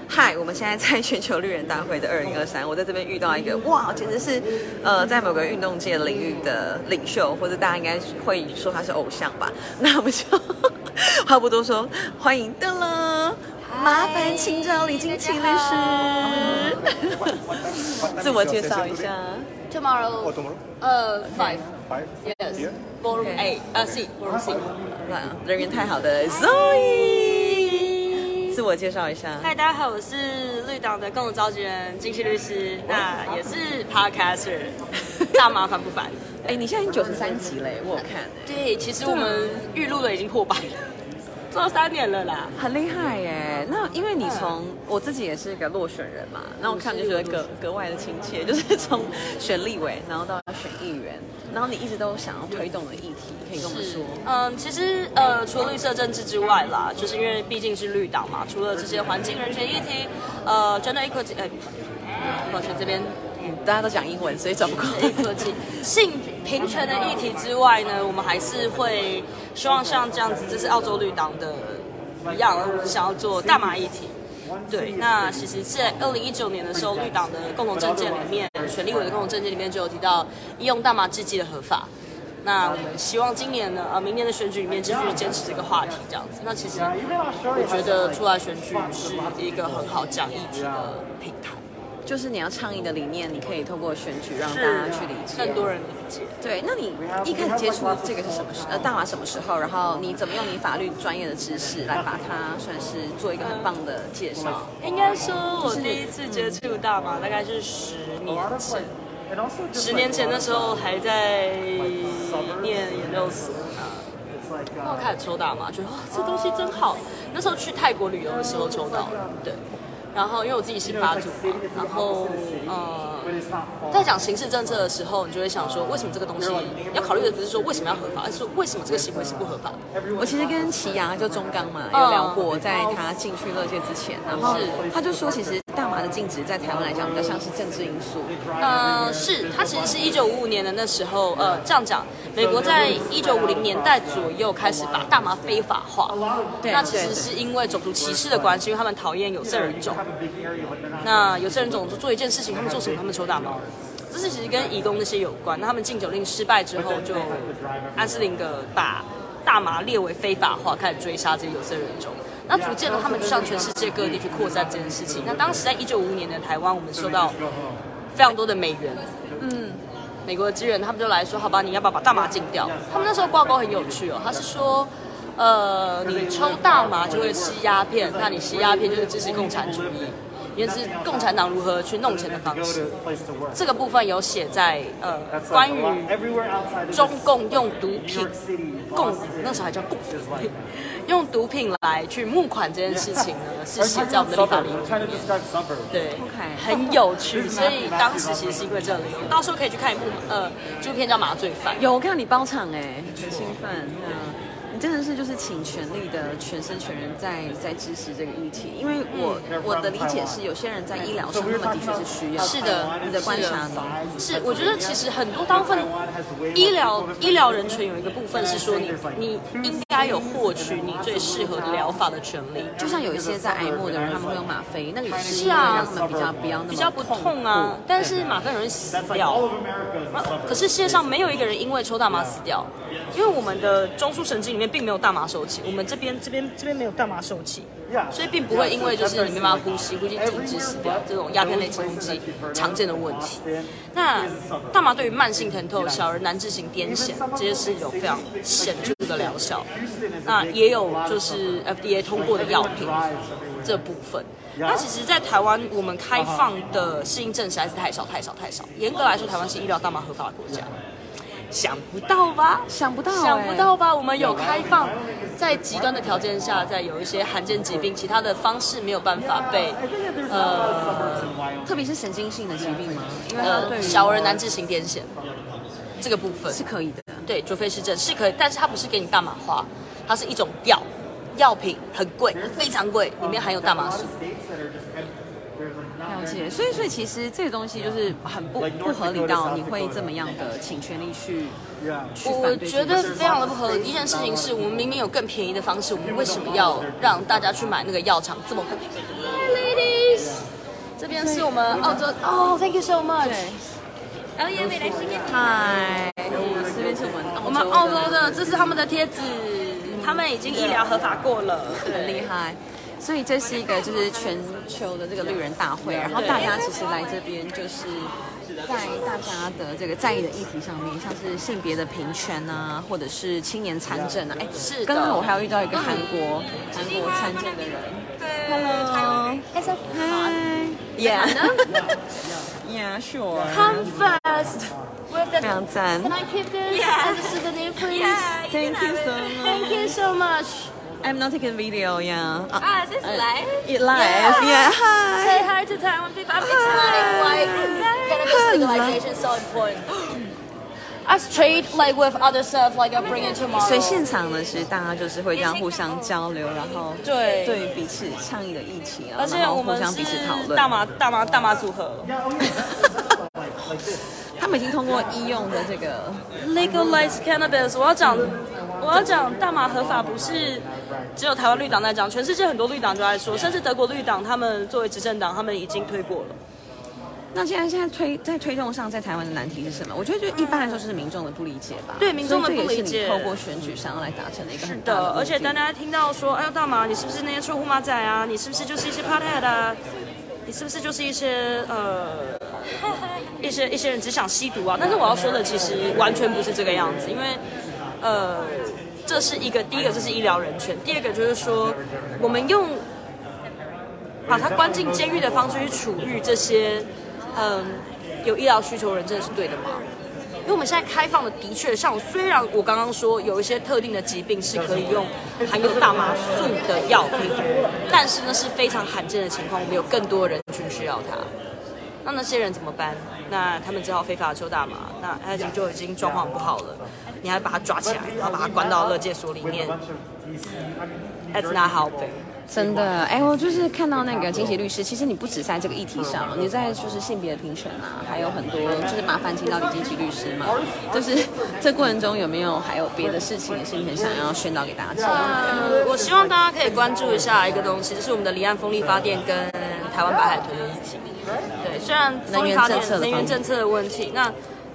嗨，我们现在在全球绿人大会的2023，我在这边遇到一个哇，简直是在某个运动界领域的领袖，或者大家应该会说他是偶像吧。那我们就话不多说，欢迎的了，麻烦请找李金奇律师，自我介绍一下。 Tomorrow, 5. Yes. Ballroom A. C. Ballroom C. 人缘太好的 Zoe， 自我介绍一下。 嗨，大家好，我是绿党的共同召集人金奇律师，那也是 Podcaster， 大麻烦不烦？ 你现在已经93集嘞，我有看。 对，其实我们预录的已经破100了。做了3年了啦， 很厉害耶！那因为你从我自己也是一个落选人嘛，那我看就觉得格外的亲切，就是从选立委，然后到选议员，然后你一直都想要推动的议题，可以跟我们说？ 其实除了绿色政治之外啦，就是因为毕竟是绿党嘛，除了这些环境人权议题，gender equality，抱歉这边。 大家都讲英文，所以找不过科技性平权的议题之外呢，我们还是会希望像这样子，这是澳洲绿党的一样，我们想要做大麻议题。对，那其实在2019年的时候，绿党的共同政见里面，选立委的共同政见里面就有提到医用大麻制剂的合法。那我们希望今年呢，明年的选举里面继续坚持这个话题，这样子。那其实我觉得出来选举是一个很好讲议题的平台。 就是你要倡议的理念，你可以透过选举让大家去理解， 更多人理解。 对，那你一开始接触这个是什么大麻什么时候？然后你怎么用你法律专业的知识来把它算是做一个很棒的介绍？ 应该说，我第一次接触大麻大概是10年前。10年前的时候还在念研究所，然后开始抽大麻，觉得哇，这东西真好。那时候去泰国旅游的时候抽到的，对。然后，因为我自己是法组嘛，然后在讲刑事政策的时候，你就会想说，为什么这个东西要考虑的不是说为什么要合法，而是说为什么这个行为是不合法的。 我其实跟齐阳就中钢嘛有聊过，在他进去乐界之前，然后他就说，其实大麻的禁止在台湾来讲比较像是政治因素。 是，它其实是1955年的那时候，这样讲，美国在1950年代左右开始把大麻非法化。对，那其实是因为种族歧视的关系，因为他们讨厌有色人种。那有色人种做一件事情，他们做什么？他们抽大麻。这是其实跟移工那些有关。那他们禁酒令失败之后，就安斯林格把大麻列为非法化，开始追杀这些有色人种。那逐渐的，他们就向全世界各地去扩散这件事情。那当时在1955年的台湾，我们收到非常多的美元，美国的资源，他们就来说，好吧，你要不要把大麻禁掉？他们那时候挂钩很有趣哦，他是说。你抽大麻就会吸鸦片，那你吸鸦片就是支持共产主义，因为是共产党如何去弄钱的方式。这个部分有写在关于中共用毒品那时候还叫共匪，用毒品来去募款这件事情呢，是写在我们的立法里面。对，很有趣。所以当时其实是因为这个理由，到时候可以去看一部纪录片叫《麻醉犯》。 有，我看到你包场很兴奋。真的是就是请全力的全身全人在支持这个议题，因为我的理解是，有些人在医疗上，他们的确是需要。是的，你的观察呢？ 是，我觉得其实很多大部分医疗人权有一个部分是说你应该有获取你最适合的疗法的权利， 就像有一些在癌末的人，他们会用吗啡，那个也是啊， 让他们比较不痛啊，但是吗啡容易死掉。可是世界上没有一个人因为抽大麻死掉，因为我们的中枢神经里面并没有大麻受器，我们这边没有大麻受器，所以并不会因为就是你没办法呼吸停止死掉这种鸦片类冲击常见的问题。那大麻对于慢性疼痛、小儿难治型癫痫这些是有非常显著的疗效。那也有就是 FDA 通过的药品这部分。那其实，在台湾我们开放的适应症实在是太少。严格来说，台湾是医疗大麻合法的国家。想不到吧？ 想不到吧？我们有开放，在极端的条件下，在有一些罕见疾病，其他的方式没有办法被特别是神经性的疾病吗？因为小儿难治型癫痫这个部分是可以的。 对，卓菲氏症是可以，但是它不是给你大麻花，它是一种药品，很贵，非常贵，里面含有大麻素。 了解，所以其实这个东西就是很不合理到你会这么样的请全力去我觉得非常的不合理。第一件事情是我们明明有更便宜的方式，我们为什么要让大家去买那个药厂这么贵？ 这边是我们澳洲哦 ，Thank you so much。 然后也没来这边。嗨，这边是我们澳洲的，这是他们的贴纸，他们已经医疗合法过了， 很厉害。所以这是一个就是全球的这个绿人大会，然后大家其实来这边就是在大家的这个在意的议题上面，像是性别的平权啊，或者是青年参政啊。哎， 是的。 刚刚我还有遇到一个韩国参政的人。Hello. Hi. Yeah. Yeah, sure. Come first. 非常赞。 Can I keep this as a souvenir, please? Thank you so much. Thank you so much. I'm not taking video, yeah. Is this live? It live, yeah. Hi. Say hi to Taiwan people. I'm excited. Like, cannabis legalization is so important. Us trade like with other stuff, like I'll bring it tomorrow. 所以现场呢，其实大家就是会这样互相交流，然后对彼此倡议的议题啊， 而且我们是大麻组合。 他们已经通过医用的这个 legalize cannabis。我要讲大麻合法不是只有台湾绿党在讲，全世界很多绿党都在说，甚至德国绿党他们作为执政党，他们已经推过了。 那现在在推动上，在台湾的难题是什么？我觉得就一般来说就是民众的不理解吧。 对，民众的不理解， 所以这也是你透过选举上来达成的一个很大的目的。 而且大家听到说，哎呦大麻，你是不是那些臭呼马仔啊？你是不是就是一些 pothead 啊？你是不是就是一些一些人只想吸毒啊？但是我要说的其实完全不是这个样子，因为这是第一个这是医疗人权，第二个就是说我们用把他关进监狱的方式去处遇这些有医疗需求人，真的是对的吗？因为我们现在开放的确像，虽然我刚刚说有一些特定的疾病是可以用含有大麻素的药品，但是那是非常罕见的情况，我们有更多人群需要它。那些人怎么办？那他们只好非法抽大麻，那他就已经状况不好了，你还把他抓起来，然后把他关到勒戒所里面 ，That's not helping。 真的，哎，我就是看到那个金奇律师，其实你不只在这个议题上，你在就是性别平权啊，还有很多就是麻烦请到李金奇律师嘛，就是这过程中有没有还有别的事情也是你很想要宣导给大家知道？ 我希望大家可以关注一下一个东西，就是我们的离岸风力发电跟台湾白海豚的议题。对，虽然风力发电能源政策的问题，那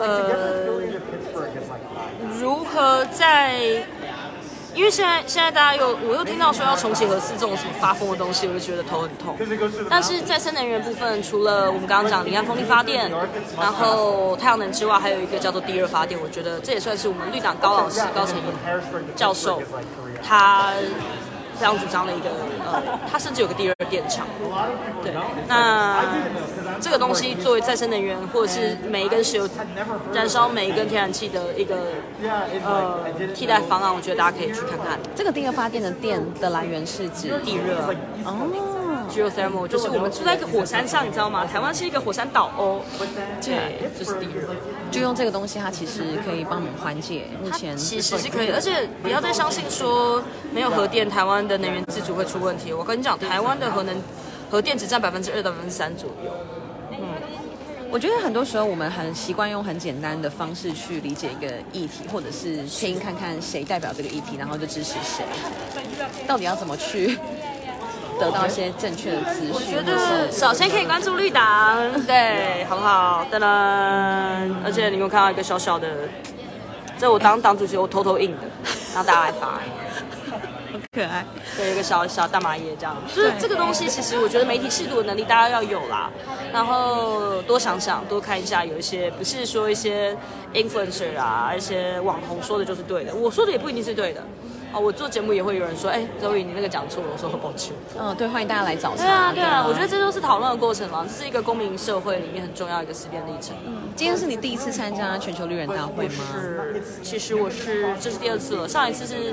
如何在？因为现在大家我又听到说要重启核四这种什么发疯的东西，我就觉得头很痛。但是在新能源部分，除了我们刚刚讲离岸风力发电，然后太阳能之外，还有一个叫做第二发电，我觉得这也算是我们绿党高老师高成英教授他非常主张的一个他甚至有个第二电厂。对，那这个东西作为再生能源，或者是每一根石油燃烧每一根天然气的一个替代方案，我觉得大家可以去看看。 这个第二发电的电的来源是指地热哦 ，geothermal 就是我们住在一个火山上，你知道吗？台湾是一个火山岛哦，对，就是地热。 就用这个东西，它其实可以帮我们缓解目前其实是可以，而且不要再相信说没有核电，台湾的能源自主会出问题。我跟你讲，台湾的核电只占2%到3%左右。 我觉得很多时候我们很习惯用很简单的方式去理解一个议题，或者是听看看谁代表这个议题，然后就支持谁。到底要怎么去得到一些正确的资讯？ 我觉得首先可以关注绿党，对，好不好？噔噔，而且你有看到一个小小的，这我当党主席我偷偷印的，让大家来发。 可爱， 对，一个小大麻叶这样，就是这个东西，其实我觉得媒体识读的能力大家要有啦，然后多想想，多看一下，有一些不是说一些 influencer 啊，一些网红说的就是对的，我说的也不一定是对的。我做节目也会有人说，哎，Zoe你那个讲错了，我说很抱歉。 对，欢迎大家来找茬。 对啊，我觉得这都是讨论的过程嘛，这是一个公民社会里面很重要的一个思辨历程。 今天是你第一次参加全球绿人大会吗？ 是，其实这是第2次了，上一次是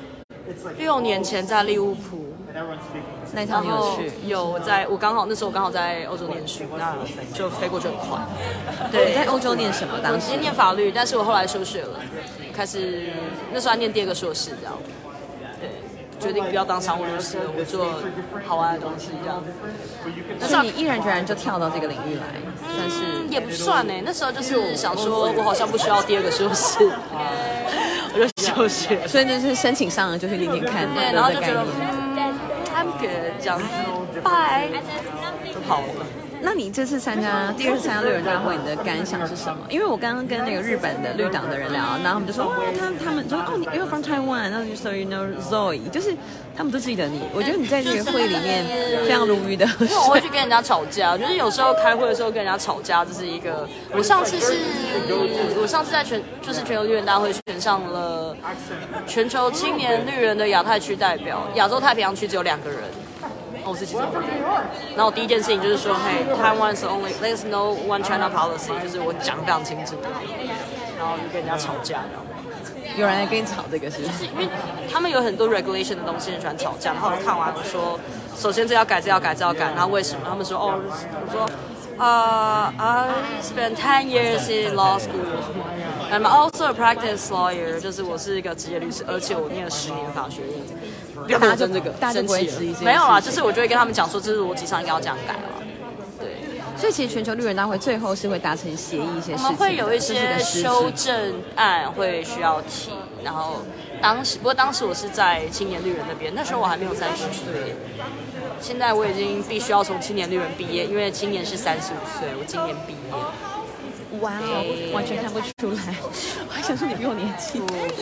6年前在利物浦， 那一趟你有去？ 有那时候我刚好在欧洲念书，那就飞过去很快。 对，你在欧洲念什么？当时念法律，但是我后来休学了，开始那时候还念第2个硕士，这样。对，决定不要当商务律师了，我做好玩的东西这样。 所以你毅然决然就跳到这个领域来，算是也不算呢。那时候就是想说，我好像不需要第2个硕士。我就休学， 所以就是申请上了就去念念看， 对，然后就觉得I'm good 这样子，拜，就跑了。 那你这次第二次参加绿人大会，你的感想是什么？因为我刚刚跟那个日本的绿党的人聊，然后他们就说，他们说哦，你 you're from Taiwan， 然后就 so you know Zoe， 就是他们都记得你。我觉得你在这个会里面非常如鱼的。 因为我会去跟人家吵架，就是有时候开会的时候跟人家吵架，这是一个。我上次在全球绿人大会选上了全球青年绿人的亚太区代表，亚洲太平洋区只有2个人。我是其中一个，然后我第一件事情就是说，嘿 ，Taiwan's only there's no one China policy， 就是我讲非常清楚，然后就跟人家吵架， 有人来跟你吵这个是？ 就是因为他们有很多 regulation 的东西很喜欢吵架，然后我看完我说，首先这要改，然后为什么？他们说哦，我说I spent 10 years in law school. I'm also a practice lawyer， 就是我是一个职业律师，而且我念了10年法学院。不要争这个， 大家不会质疑这个。 没有啦，就是我就会跟他们讲说，这是逻辑上应该要这样改了。对， 所以其实全球绿人大会最后是会达成协议一些事情， 我们会有一些修正案会需要提。然后不过当时我是在青年绿人那边，那时候我还没有30岁。现在我已经必须要从青年绿人毕业，因为今年是35岁，我今年毕业。 哇哦，完全看不出来，我还想说你比我年轻。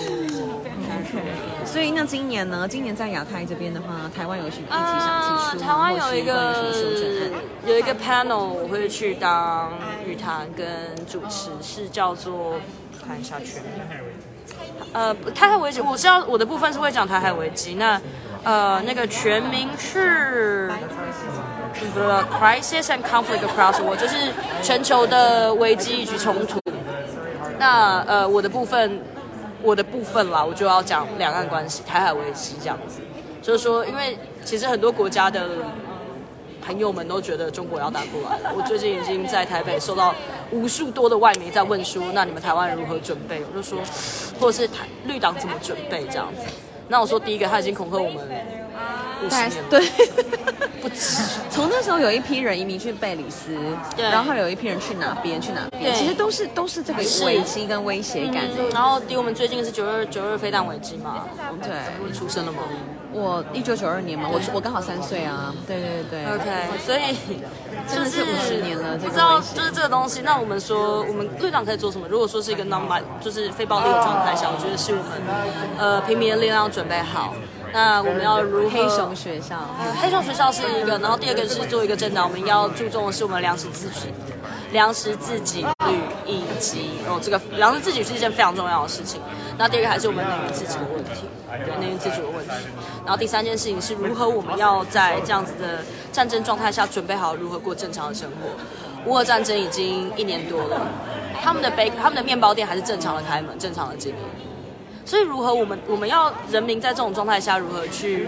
所以那今年呢？今年在亚太这边的话，台湾有什么议题想提出？ 台湾有一个 panel， 我会去当语坛跟主持，是叫做看一下全名。台海危机，我知道我的部分是会讲台海危机。那个全名是Crisis and Conflict Across World， 就是全球的危机以及冲突。那我的部分啦，我就要讲两岸关系、台海危机这样子。就是说，因为其实很多国家的朋友们都觉得中国要打过来了。我最近已经在台北收到无数多的外媒在问说，那你们台湾人如何准备？我就说，或者是绿党怎么准备这样子。那我说，第一个他已经恐吓我们50年了， 对， 不止。 从那时候有一批人移民去贝里斯，然后有一批人去哪边，其实都是这个危机跟威胁感。 然后离我们最近的是9·22飞弹危机嘛， 对， 你出生了吗？ 我1992年嘛，我刚好3岁啊，对。 OK， 所以真的是50年了， 不知道就是这个东西。那我们说，我们绿党可以做什么？如果说是一个 就是非暴力的状态下，我觉得是我们平民的力量要准备好。那我们要如何？ 黑熊学校， 黑熊学校是一个，然后第二个是做一个政党，我们要注重的是我们粮食自给率以及这个粮食自给是一件非常重要的事情。然后第二个还是我们能源自给的问题，对能源自主的问题。然后第三件事情是如何我们要在这样子的战争状态下准备好如何过正常的生活。乌俄战争已经1年多了，他们的面包店还是正常的开门，正常的经营。所以如何我们要人民在这种状态下如何去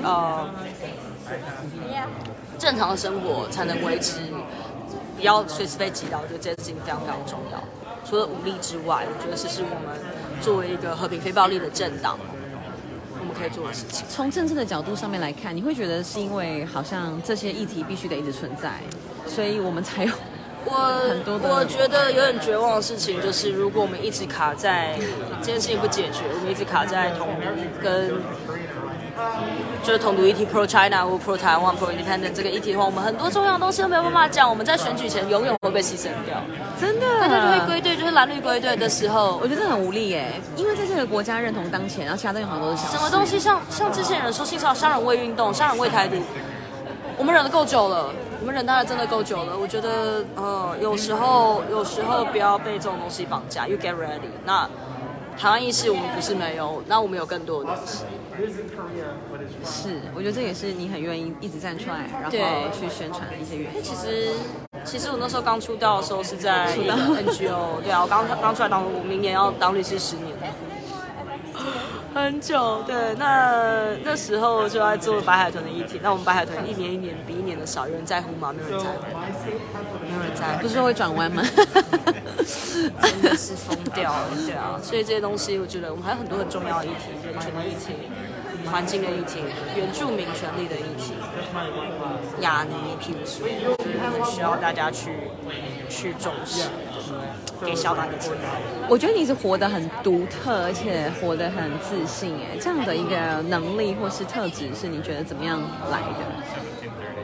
正常的生活才能维持，不要随时被击倒，我觉得这件事情非常非常重要。除了武力之外，我觉得这是我们作为一个和平非暴力的政党，我们可以做的事情。 从政治的角度上面来看，你会觉得是因为好像这些议题必须得一直存在，所以我们才有很多的。 我觉得有点绝望的事情就是，如果我们一直卡在这件事情不解决，我们一直卡在统独跟就是统独议题 pro China 或 pro Taiwan pro independent 这个议题的话，我们很多重要的东西都没有办法讲。我们在选举前永远会被牺牲掉， 真的， 大家就会归队，就是蓝绿归队的时候， 我觉得很无力耶。因为在这个国家认同当前，然后其他东西好像都是小事。 什么东西像之前人说性骚扰、杀人为运动、杀人为台独，我们忍得够久了。我们忍耐的真的够久了，我觉得有时候不要被这种东西绑架。You get ready。那台湾意识我们不是没有，那我们有更多的东西。 是，我觉得这也是你很愿意一直站出来，然后去宣传的一些原因。 其实我那时候刚出道的时候是在一个 NGO， 对啊，我刚出来我明年要当律师10年。很久，对，那时候就在做白海豚的议题。那我们白海豚一年比一年的少，有人在乎吗？没有人在乎，没有人在乎。 不是说会转弯吗？ 真的是疯掉了，对啊。所以这些东西，我觉得我们还有很多很重要的议题，人权的议题、环境的议题、原住民权利的议题、亚尼，譬如说，很需要大家去重视。给小党的机会。 我觉得你是活得很独特，而且活得很自信，这样的一个能力或是特质，是你觉得怎么样来的？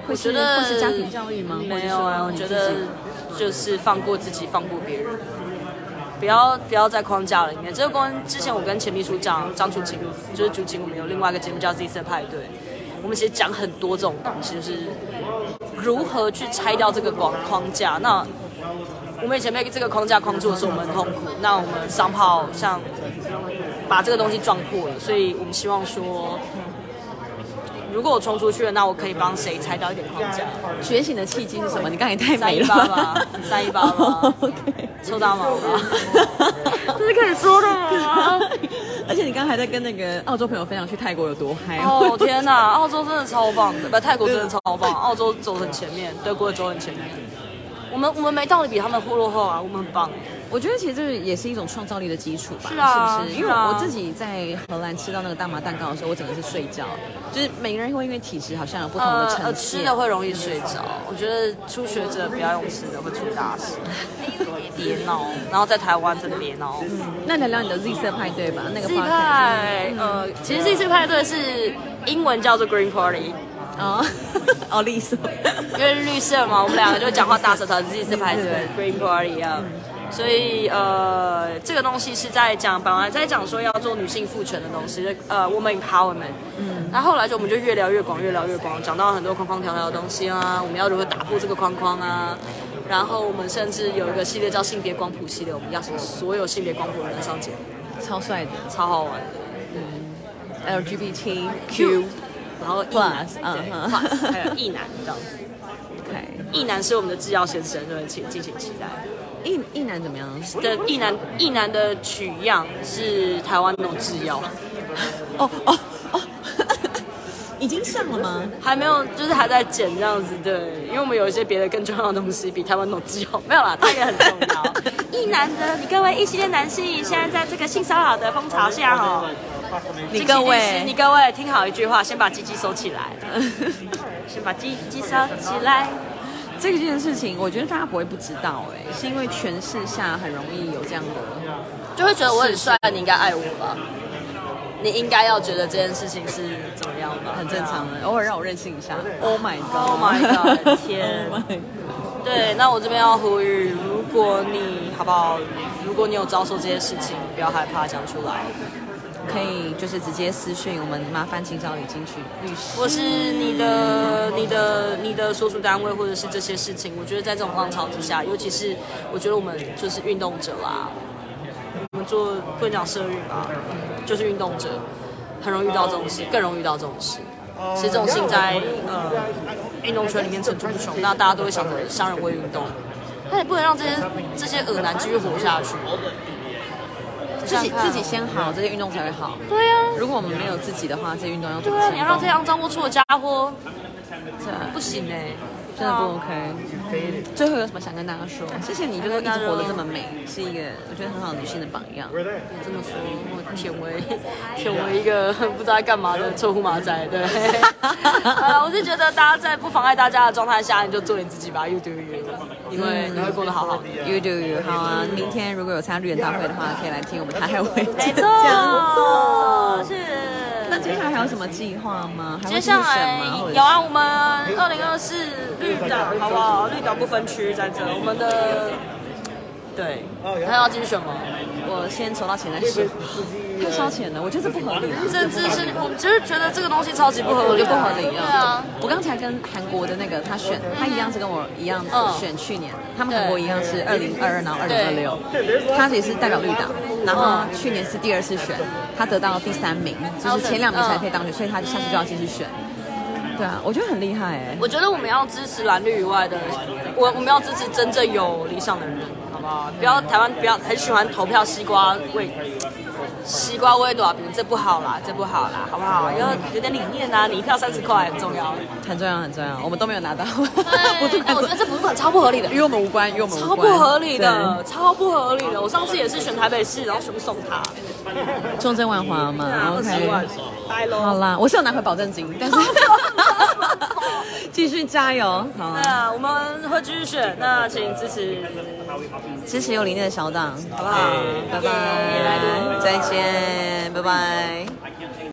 会是家庭教育吗？ 没有啊，我觉得就是放过自己，放过别人。不要在框架里面。这个跟之前我跟前秘书长张楚晴，就是主琴，我们有另外一个节目叫 Z 色派对，我们其实讲很多这种东西，就是如何去拆掉这个框架。那我们以前被这个框架框住的时候，我们很痛苦。那我们商炮像把这个东西撞破了，所以我们希望说，如果我冲出去了，那我可以帮谁拆掉一点框架？ 觉醒的契机是什么？你刚才也太美了。 318吧，318吧，OK， 抽大麻吧，这是可以说的吗？ 而且你刚才还在跟那个澳洲朋友分享去泰国有多嗨哦！天哪，澳洲真的超棒的，泰国真的超棒，澳洲走很前面，德国走很前面。我们没道理比他们落后啊，我们很棒。 我觉得其实这也是一种创造力的基础吧， 是啊， 是不是？因为我自己在荷兰吃到那个大麻蛋糕的时候，我整个是睡觉，就是每个人会因为体质好像有不同的呈现， 吃的会容易睡着。我觉得初学者不要用吃的，会出大事。别闹，然后在台湾真的别闹。 那聊聊你的 Z 色派对吧，那个 Z 派，其实 Z 色派对是英文叫做 Green Party。 哦，绿色， 因为绿色嘛，我们两个就讲话大舌头，自己是排队 Green Party 啊，所以这个东西是在讲，本来在讲说要做女性赋权的东西，woman empowerment，然后后来我们就越聊越广，讲到很多框框条条的东西啊，我们要如何打破这个框框啊，然后我们甚至有一个系列叫性别光谱系列，我们邀请所有性别光谱的人上节目， 超帅的， 超好玩的 ，LGBTQ。 然后 plus， 还有异男这样子。 OK， 异男是我们的制药先生，对，敬请期待。 异男怎么样？ 的异男的取样是台湾那种制药。 哦，已经上了吗？ 还没有，就是还在剪这样子，对，因为我们有一些别的更重要的东西，比台湾那种制药没有啦，它也很重要。异男的，你各位异性恋男性，现在在这个性骚扰的风潮下哈。你各位听好一句话，先把鸡鸡收起来，先把鸡鸡收起来。 这件事情，我觉得大家不会不知道，是因为权势下很容易有这样的， 就会觉得我很帅，你应该爱我吧？你应该要觉得这件事情是怎么样吧？ 很正常的，偶尔让我任性一下。Oh my god！Oh my god！ 天！ Oh my god！ 对，那我这边要呼吁，如果你好不好？如果你有遭受这些事情，不要害怕讲出来。 可以就是直接私讯我们，麻烦请找李金曲律师， 或是你的所属单位，或者是这些事情。我觉得在这种浪潮之下，尤其是我觉得我们就是运动者啦，我们做不能讲社运吧，就是运动者，很容易遇到这种事，更容易遇到这种事。其实这种事情在运动圈里面层出不穷，那大家都会想着商人为运动，但也不能让这些恶男继续活下去。 自己先好，这些运动才会好。 对啊， 如果我们没有自己的话，这些运动要怎么？ 对啊，你要让这些肮脏龌龊的家伙， 不行真的不 OK。最后有什么想跟大家说？谢谢你，就是一直活得这么美，是一个我觉得很好的女性的榜样。 别这么说，我舔为一个不知道在干嘛的臭呼马仔，对。我是觉得大家在不妨碍大家的状态下，你就做你自己吧 ，You do you， 因为你会过得好好的。 You do you， 好啊！明天如果有参加绿人大会的话，可以来听我们台海会没错，是。 那接下来还有什么计划吗？ 接下来有啊，我们2024绿岛好不好？绿岛不分区在这，我们的对，还要继续选吗？ 我先筹到钱再说。太烧钱了，我觉得这不合理。 甚至是我就是觉得这个东西超级不合理， 不合理。 对啊， 我刚才跟韩国的那个他选，他一样是跟我一样选去年，他们韩国一样是2022，然后2026，他也是代表绿岛，然后去年是第2次选，他得到第3名，就是前2名才可以当选，所以他下次就要继续选。对啊，我觉得很厉害我觉得我们要支持蓝绿以外的，我们要支持真正有理想的人，好不好？不要台湾不要很喜欢投票西瓜味多少饼，这不好啦，好不好？有点理念啊，你一票30块很重要， 很重要。我们都没有拿到， 我觉得这补助款超不合理的， 与我们无关， 超不合理的。我上次也是选台北市，然后全部送他， 中正万华嘛 ，20万， 好啦，我是有拿回保证金，但是继续加油，好啊，我们会继续选，那请支持有理念的小党， 好不好？ 拜拜，再见，拜拜。